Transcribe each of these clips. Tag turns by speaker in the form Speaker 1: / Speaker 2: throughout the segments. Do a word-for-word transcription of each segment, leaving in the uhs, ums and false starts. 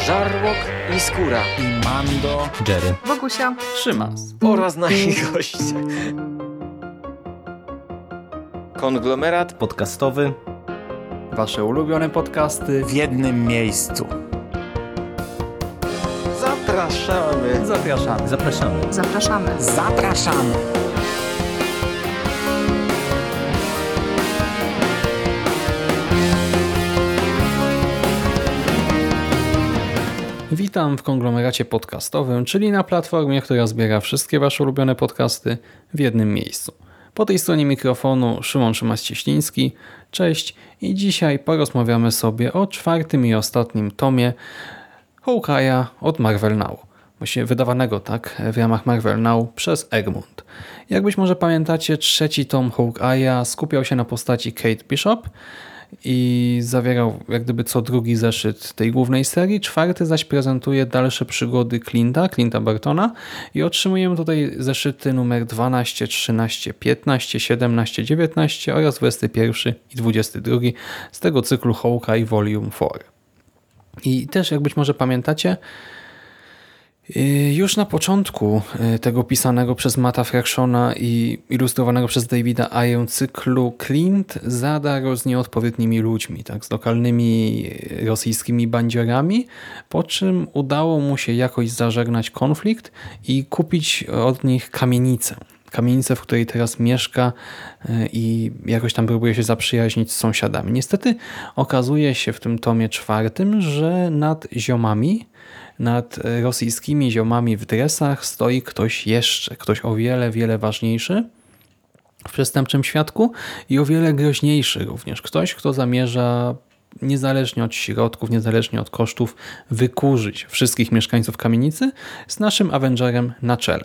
Speaker 1: Żarłok i Skóra
Speaker 2: i Mando,
Speaker 3: Jerry,
Speaker 4: Wokusia,
Speaker 3: Szymas
Speaker 1: oraz nasi goście. Konglomerat
Speaker 3: podcastowy.
Speaker 2: Wasze ulubione podcasty w jednym miejscu.
Speaker 1: Zapraszamy.
Speaker 2: Zapraszamy.
Speaker 3: Zapraszamy.
Speaker 4: zapraszamy.
Speaker 2: Zapraszamy.
Speaker 3: Witam w konglomeracie podcastowym, czyli na platformie, która zbiera wszystkie wasze ulubione podcasty w jednym miejscu. Po tej stronie mikrofonu Szymon Szymas-Cieśliński. Cześć i dzisiaj porozmawiamy sobie o czwartym i ostatnim tomie Hawkeye'a od Marvel Now. Właściwie wydawanego tak w ramach Marvel Now przez Egmont. Jak być może pamiętacie, trzeci tom Hawkeye'a skupiał się na postaci Kate Bishop i zawierał jak gdyby co drugi zeszyt tej głównej serii. Czwarty zaś prezentuje dalsze przygody Clint'a, Clint'a Bartona i otrzymujemy tutaj zeszyty numer dwanaście, trzynaście, piętnaście, siedemnaście, dziewiętnaście oraz dwudziesty pierwszy i dwudziesty drugi z tego cyklu Hawkeye Volume cztery. I też jak być może pamiętacie, już na początku tego pisanego przez Matta Fractiona i ilustrowanego przez Davida Aję cyklu Clint zadarł z nieodpowiednimi ludźmi, tak, z lokalnymi rosyjskimi bandziorami, po czym udało mu się jakoś zażegnać konflikt i kupić od nich kamienicę. Kamienicę, w której teraz mieszka i jakoś tam próbuje się zaprzyjaźnić z sąsiadami. Niestety okazuje się w tym tomie czwartym, że nad ziomami, nad rosyjskimi ziomami w dresach stoi ktoś jeszcze, ktoś o wiele, wiele ważniejszy w przestępczym świadku i o wiele groźniejszy również. Ktoś, kto zamierza niezależnie od środków, niezależnie od kosztów wykurzyć wszystkich mieszkańców kamienicy z naszym Avengerem na czele.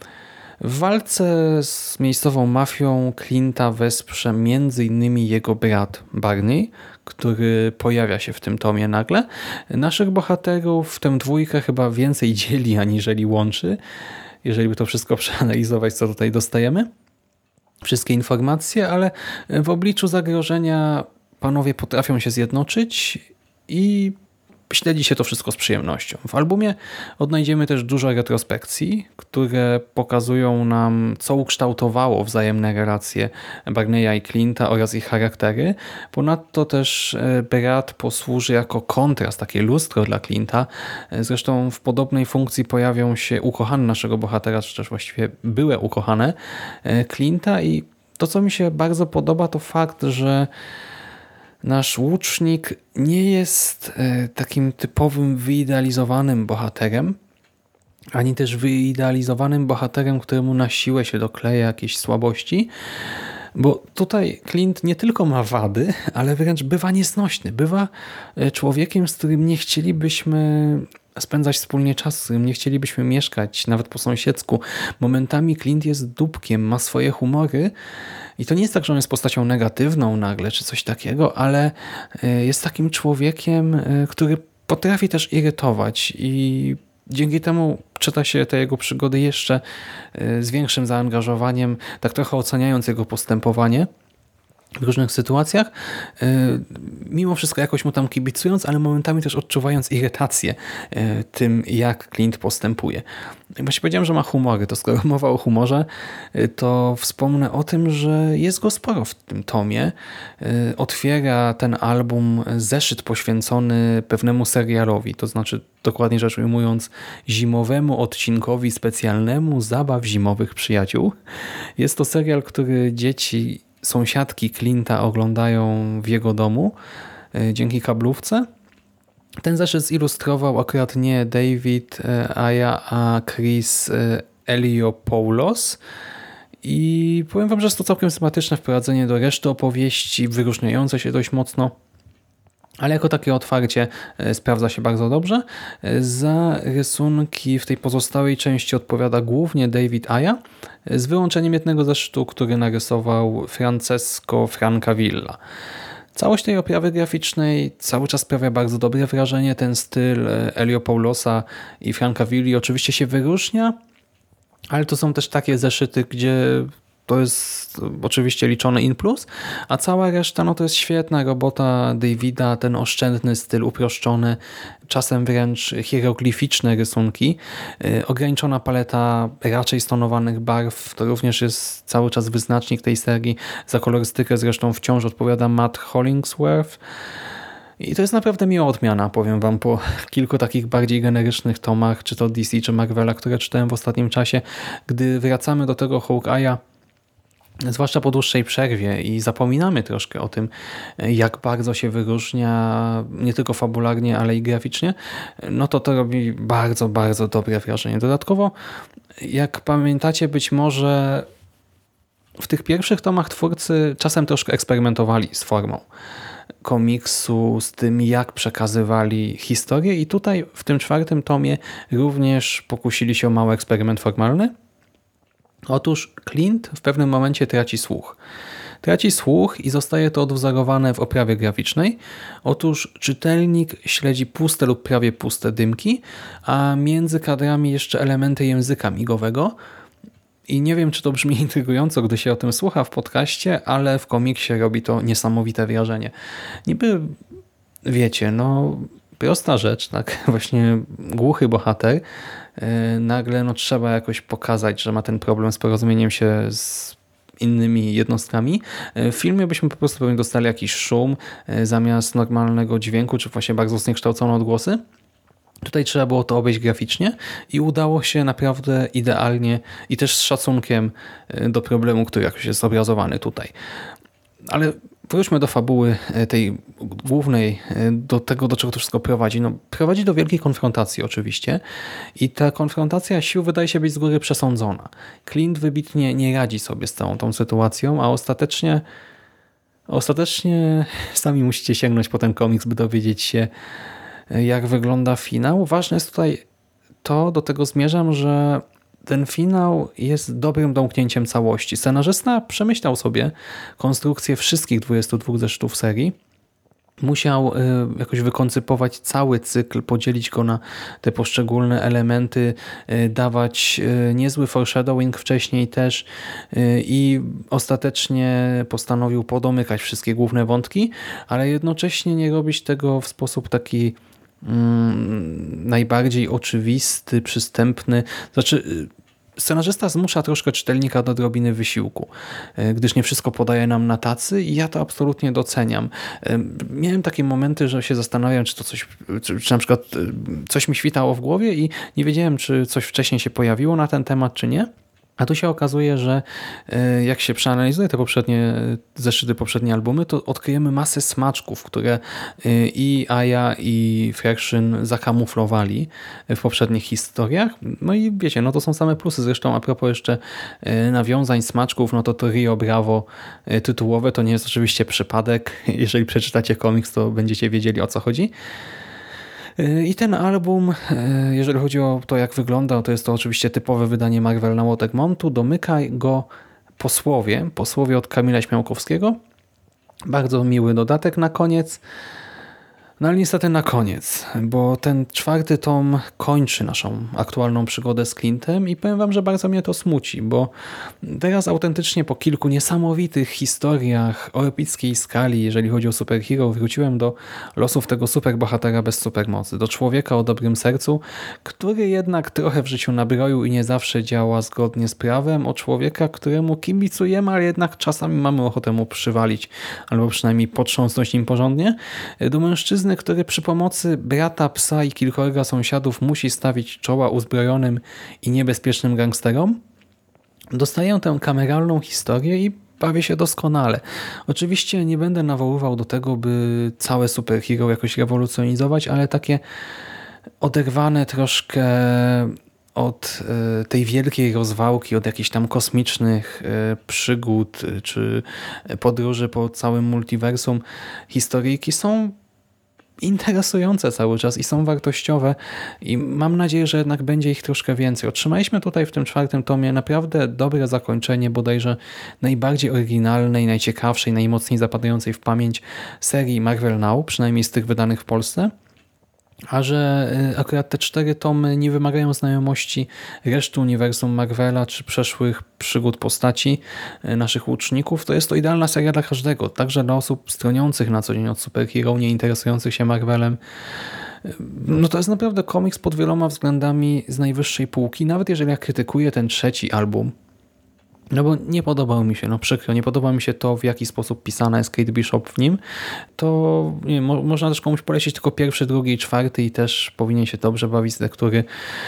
Speaker 3: W walce z miejscową mafią Clint'a wesprze między innymi jego brat Barney, który pojawia się w tym tomie nagle. Naszych bohaterów w tę dwójkę chyba więcej dzieli aniżeli łączy, jeżeli by to wszystko przeanalizować, co tutaj dostajemy. Wszystkie informacje, ale w obliczu zagrożenia panowie potrafią się zjednoczyć i śledzi się to wszystko z przyjemnością. W albumie odnajdziemy też dużo retrospekcji, które pokazują nam, co ukształtowało wzajemne relacje Barneya i Clint'a oraz ich charaktery. Ponadto też brat posłuży jako kontrast, takie lustro dla Clint'a. Zresztą w podobnej funkcji pojawią się ukochane naszego bohatera, czy też właściwie były ukochane Clint'a i to, co mi się bardzo podoba, to fakt, że nasz łucznik nie jest takim typowym wyidealizowanym bohaterem, ani też wyidealizowanym bohaterem, któremu na siłę się dokleja jakieś słabości, bo tutaj Clint nie tylko ma wady, ale wręcz bywa nieznośny. Bywa człowiekiem, z którym nie chcielibyśmy spędzać wspólnie czas, z którym nie chcielibyśmy mieszkać, nawet po sąsiedzku. Momentami Clint jest dupkiem, ma swoje humory i to nie jest tak, że on jest postacią negatywną nagle, czy coś takiego, ale jest takim człowiekiem, który potrafi też irytować i dzięki temu czyta się te jego przygody jeszcze z większym zaangażowaniem, tak trochę oceniając jego postępowanie w różnych sytuacjach, mimo wszystko jakoś mu tam kibicując, ale momentami też odczuwając irytację tym, jak Clint postępuje. Właśnie powiedziałem, że ma humory, to skoro mowa o humorze, to wspomnę o tym, że jest go sporo w tym tomie. Otwiera ten album zeszyt poświęcony pewnemu serialowi, to znaczy dokładnie rzecz ujmując zimowemu odcinkowi specjalnemu Zabaw Zimowych Przyjaciół. Jest to serial, który dzieci sąsiadki Clint'a oglądają w jego domu dzięki kablówce. Ten zeszyt zilustrował akurat nie David Aja, a Chris Eliopoulos i powiem wam, że jest to całkiem sympatyczne wprowadzenie do reszty opowieści, wyróżniające się dość mocno, ale jako takie otwarcie sprawdza się bardzo dobrze. Za rysunki w tej pozostałej części odpowiada głównie David Aja, z wyłączeniem jednego zeszytu, który narysował Francesco Francavilla. Całość tej oprawy graficznej cały czas sprawia bardzo dobre wrażenie. Ten styl Eliopoulosa i Francavilli oczywiście się wyróżnia, ale to są też takie zeszyty, gdzie to jest oczywiście liczone in plus, a cała reszta no to jest świetna robota Davida, ten oszczędny styl, uproszczony, czasem wręcz hieroglificzne rysunki, yy, ograniczona paleta raczej stonowanych barw, to również jest cały czas wyznacznik tej serii. Za kolorystykę zresztą wciąż odpowiada Matt Hollingsworth. I to jest naprawdę miła odmiana, powiem wam, po kilku takich bardziej generycznych tomach, czy to D C, czy Marvela, które czytałem w ostatnim czasie. Gdy wracamy do tego Hawkeye'a, zwłaszcza po dłuższej przerwie i zapominamy troszkę o tym, jak bardzo się wyróżnia nie tylko fabularnie, ale i graficznie, no to to robi bardzo, bardzo dobre wrażenie. Dodatkowo, jak pamiętacie, być może w tych pierwszych tomach twórcy czasem troszkę eksperymentowali z formą komiksu, z tym jak przekazywali historię i tutaj w tym czwartym tomie również pokusili się o mały eksperyment formalny. Otóż Clint w pewnym momencie traci słuch. Traci słuch i zostaje to odwzorowane w oprawie graficznej. Otóż czytelnik śledzi puste lub prawie puste dymki, a między kadrami jeszcze elementy języka migowego. I nie wiem, czy to brzmi intrygująco, gdy się o tym słucha w podcaście, ale w komiksie robi to niesamowite wrażenie. Niby, wiecie, no prosta rzecz, tak? Właśnie głuchy bohater. Yy, nagle no, trzeba jakoś pokazać, że ma ten problem z porozumieniem się z innymi jednostkami. W filmie byśmy po prostu pewnie dostali jakiś szum yy, zamiast normalnego dźwięku, czy właśnie bardzo zniekształcone odgłosy. Tutaj trzeba było to obejść graficznie i udało się naprawdę idealnie i też z szacunkiem do problemu, który jakoś jest obrazowany tutaj. Ale wróćmy do fabuły tej głównej, do tego, do czego to wszystko prowadzi. No, prowadzi do wielkiej konfrontacji oczywiście i ta konfrontacja sił wydaje się być z góry przesądzona. Clint wybitnie nie radzi sobie z całą tą sytuacją, a ostatecznie ostatecznie sami musicie sięgnąć po ten komiks, by dowiedzieć się, jak wygląda finał. Ważne jest tutaj to, do tego zmierzam, że ten finał jest dobrym domknięciem całości. Scenarzysta przemyślał sobie konstrukcję wszystkich dwudziestu dwóch zeszytów serii. Musiał jakoś wykoncypować cały cykl, podzielić go na te poszczególne elementy, dawać niezły foreshadowing wcześniej też i ostatecznie postanowił podomykać wszystkie główne wątki, ale jednocześnie nie robić tego w sposób taki mm, najbardziej oczywisty, przystępny. Znaczy scenarzysta zmusza troszkę czytelnika do odrobiny wysiłku, gdyż nie wszystko podaje nam na tacy i ja to absolutnie doceniam. Miałem takie momenty, że się zastanawiam, czy to coś, czy, czy na przykład coś mi świtało w głowie i nie wiedziałem, czy coś wcześniej się pojawiło na ten temat, czy nie. A tu się okazuje, że jak się przeanalizuje te poprzednie zeszyty, poprzednie albumy, to odkryjemy masę smaczków, które i Aya, i Fraction zakamuflowali w poprzednich historiach. No i wiecie, no to są same plusy. Zresztą a propos jeszcze nawiązań, smaczków, no to to Rio Bravo tytułowe to nie jest oczywiście przypadek. Jeżeli przeczytacie komiks, to będziecie wiedzieli, o co chodzi. I ten album, jeżeli chodzi o to, jak wygląda, to jest to oczywiście typowe wydanie Marvel na łotek montu. Domyka go posłowie, posłowie od Kamila Śmiałkowskiego. Bardzo miły dodatek na koniec. No ale niestety na koniec, bo ten czwarty tom kończy naszą aktualną przygodę z Clintem i powiem wam, że bardzo mnie to smuci, bo teraz autentycznie po kilku niesamowitych historiach o epickiej skali, jeżeli chodzi o superhero, wróciłem do losów tego superbohatera bez supermocy, do człowieka o dobrym sercu, który jednak trochę w życiu nabroił i nie zawsze działa zgodnie z prawem, o człowieka, któremu kibicujemy, ale jednak czasami mamy ochotę mu przywalić, albo przynajmniej potrząsnąć nim porządnie, do mężczyzny, który przy pomocy brata, psa i kilkorga sąsiadów musi stawić czoła uzbrojonym i niebezpiecznym gangsterom. Dostaję tę kameralną historię i bawię się doskonale. Oczywiście nie będę nawoływał do tego, by całe superhero jakoś rewolucjonizować, ale takie oderwane troszkę od tej wielkiej rozwałki, od jakichś tam kosmicznych przygód czy podróży po całym multiversum historyjki są interesujące cały czas i są wartościowe i mam nadzieję, że jednak będzie ich troszkę więcej. Otrzymaliśmy tutaj w tym czwartym tomie naprawdę dobre zakończenie, bodajże najbardziej oryginalnej, najciekawszej, najmocniej zapadającej w pamięć serii Marvel Now, przynajmniej z tych wydanych w Polsce. A że y, akurat te cztery tomy nie wymagają znajomości reszty uniwersum Marvela czy przeszłych przygód postaci y, naszych łuczników, to jest to idealna seria dla każdego, także dla osób stroniących na co dzień od superhero, nie interesujących się Marvelem. Y, No to jest naprawdę komiks pod wieloma względami z najwyższej półki, nawet jeżeli ja krytykuję ten trzeci album, no bo nie podobał mi się, no przykro, nie podoba mi się to, w jaki sposób pisana jest Kate Bishop w nim, to nie wiem, mo można też komuś polecić tylko pierwszy, drugi i czwarty i też powinien się dobrze bawić z lektury.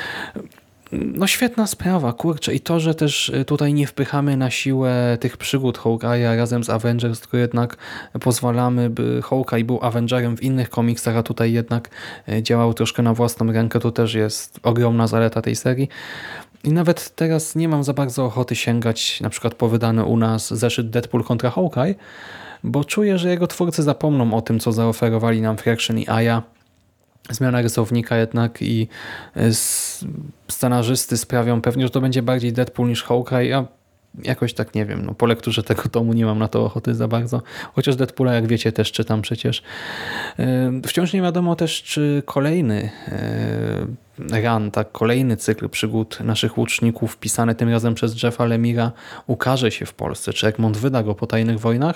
Speaker 3: No świetna sprawa, kurczę. I to, że też tutaj nie wpychamy na siłę tych przygód Hawkeye'a razem z Avengers, tylko jednak pozwalamy, by Hawkeye był Avengerem w innych komiksach, a tutaj jednak działał troszkę na własną rękę, to też jest ogromna zaleta tej serii. I nawet teraz nie mam za bardzo ochoty sięgać na przykład po wydany u nas zeszyt Deadpool kontra Hawkeye, bo czuję, że jego twórcy zapomną o tym, co zaoferowali nam Fraction i Aya. Zmiana rysownika jednak i scenarzysty sprawią pewnie, że to będzie bardziej Deadpool niż Hawkeye, a jakoś tak nie wiem, no po lekturze tego tomu nie mam na to ochoty za bardzo. Chociaż Deadpoola, jak wiecie, też czytam przecież. Wciąż nie wiadomo też, czy kolejny run, tak, kolejny cykl przygód naszych łuczników pisany tym razem przez Jeffa Lemira ukaże się w Polsce, czy Egmont wyda go po Tajnych Wojnach.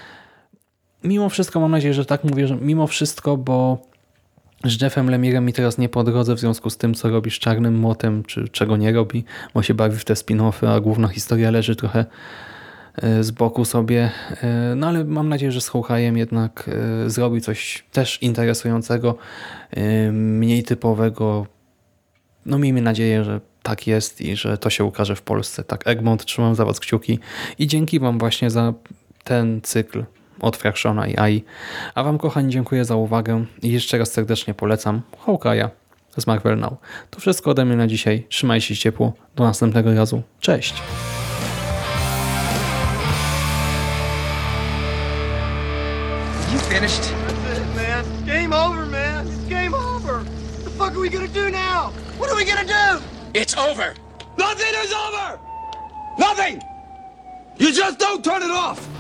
Speaker 3: Mimo wszystko mam nadzieję, że tak mówię, że mimo wszystko, bo z Jeffem Lemirem mi teraz nie po drodze w związku z tym, co robi z Czarnym Motem, czy czego nie robi, bo się bawi w te spin-offy, a główna historia leży trochę z boku sobie. No ale mam nadzieję, że z Hawkeye'em jednak zrobi coś też interesującego, mniej typowego. No miejmy nadzieję, że tak jest i że to się ukaże w Polsce. Tak, Egmont, trzymam za was kciuki i dzięki wam właśnie za ten cykl od Fractiona i Ai. A wam, kochani, dziękuję za uwagę i jeszcze raz serdecznie polecam Hawkeye'a z Marvel Now. To wszystko ode mnie na dzisiaj. Trzymajcie się ciepło. Do następnego razu. Cześć!
Speaker 4: You finished?
Speaker 5: That's it, man. Game over, man. It's game over. What the fuck are we gonna do now? What are we gonna do?
Speaker 4: It's over!
Speaker 5: Nothing is over! Nothing! You just don't turn it off!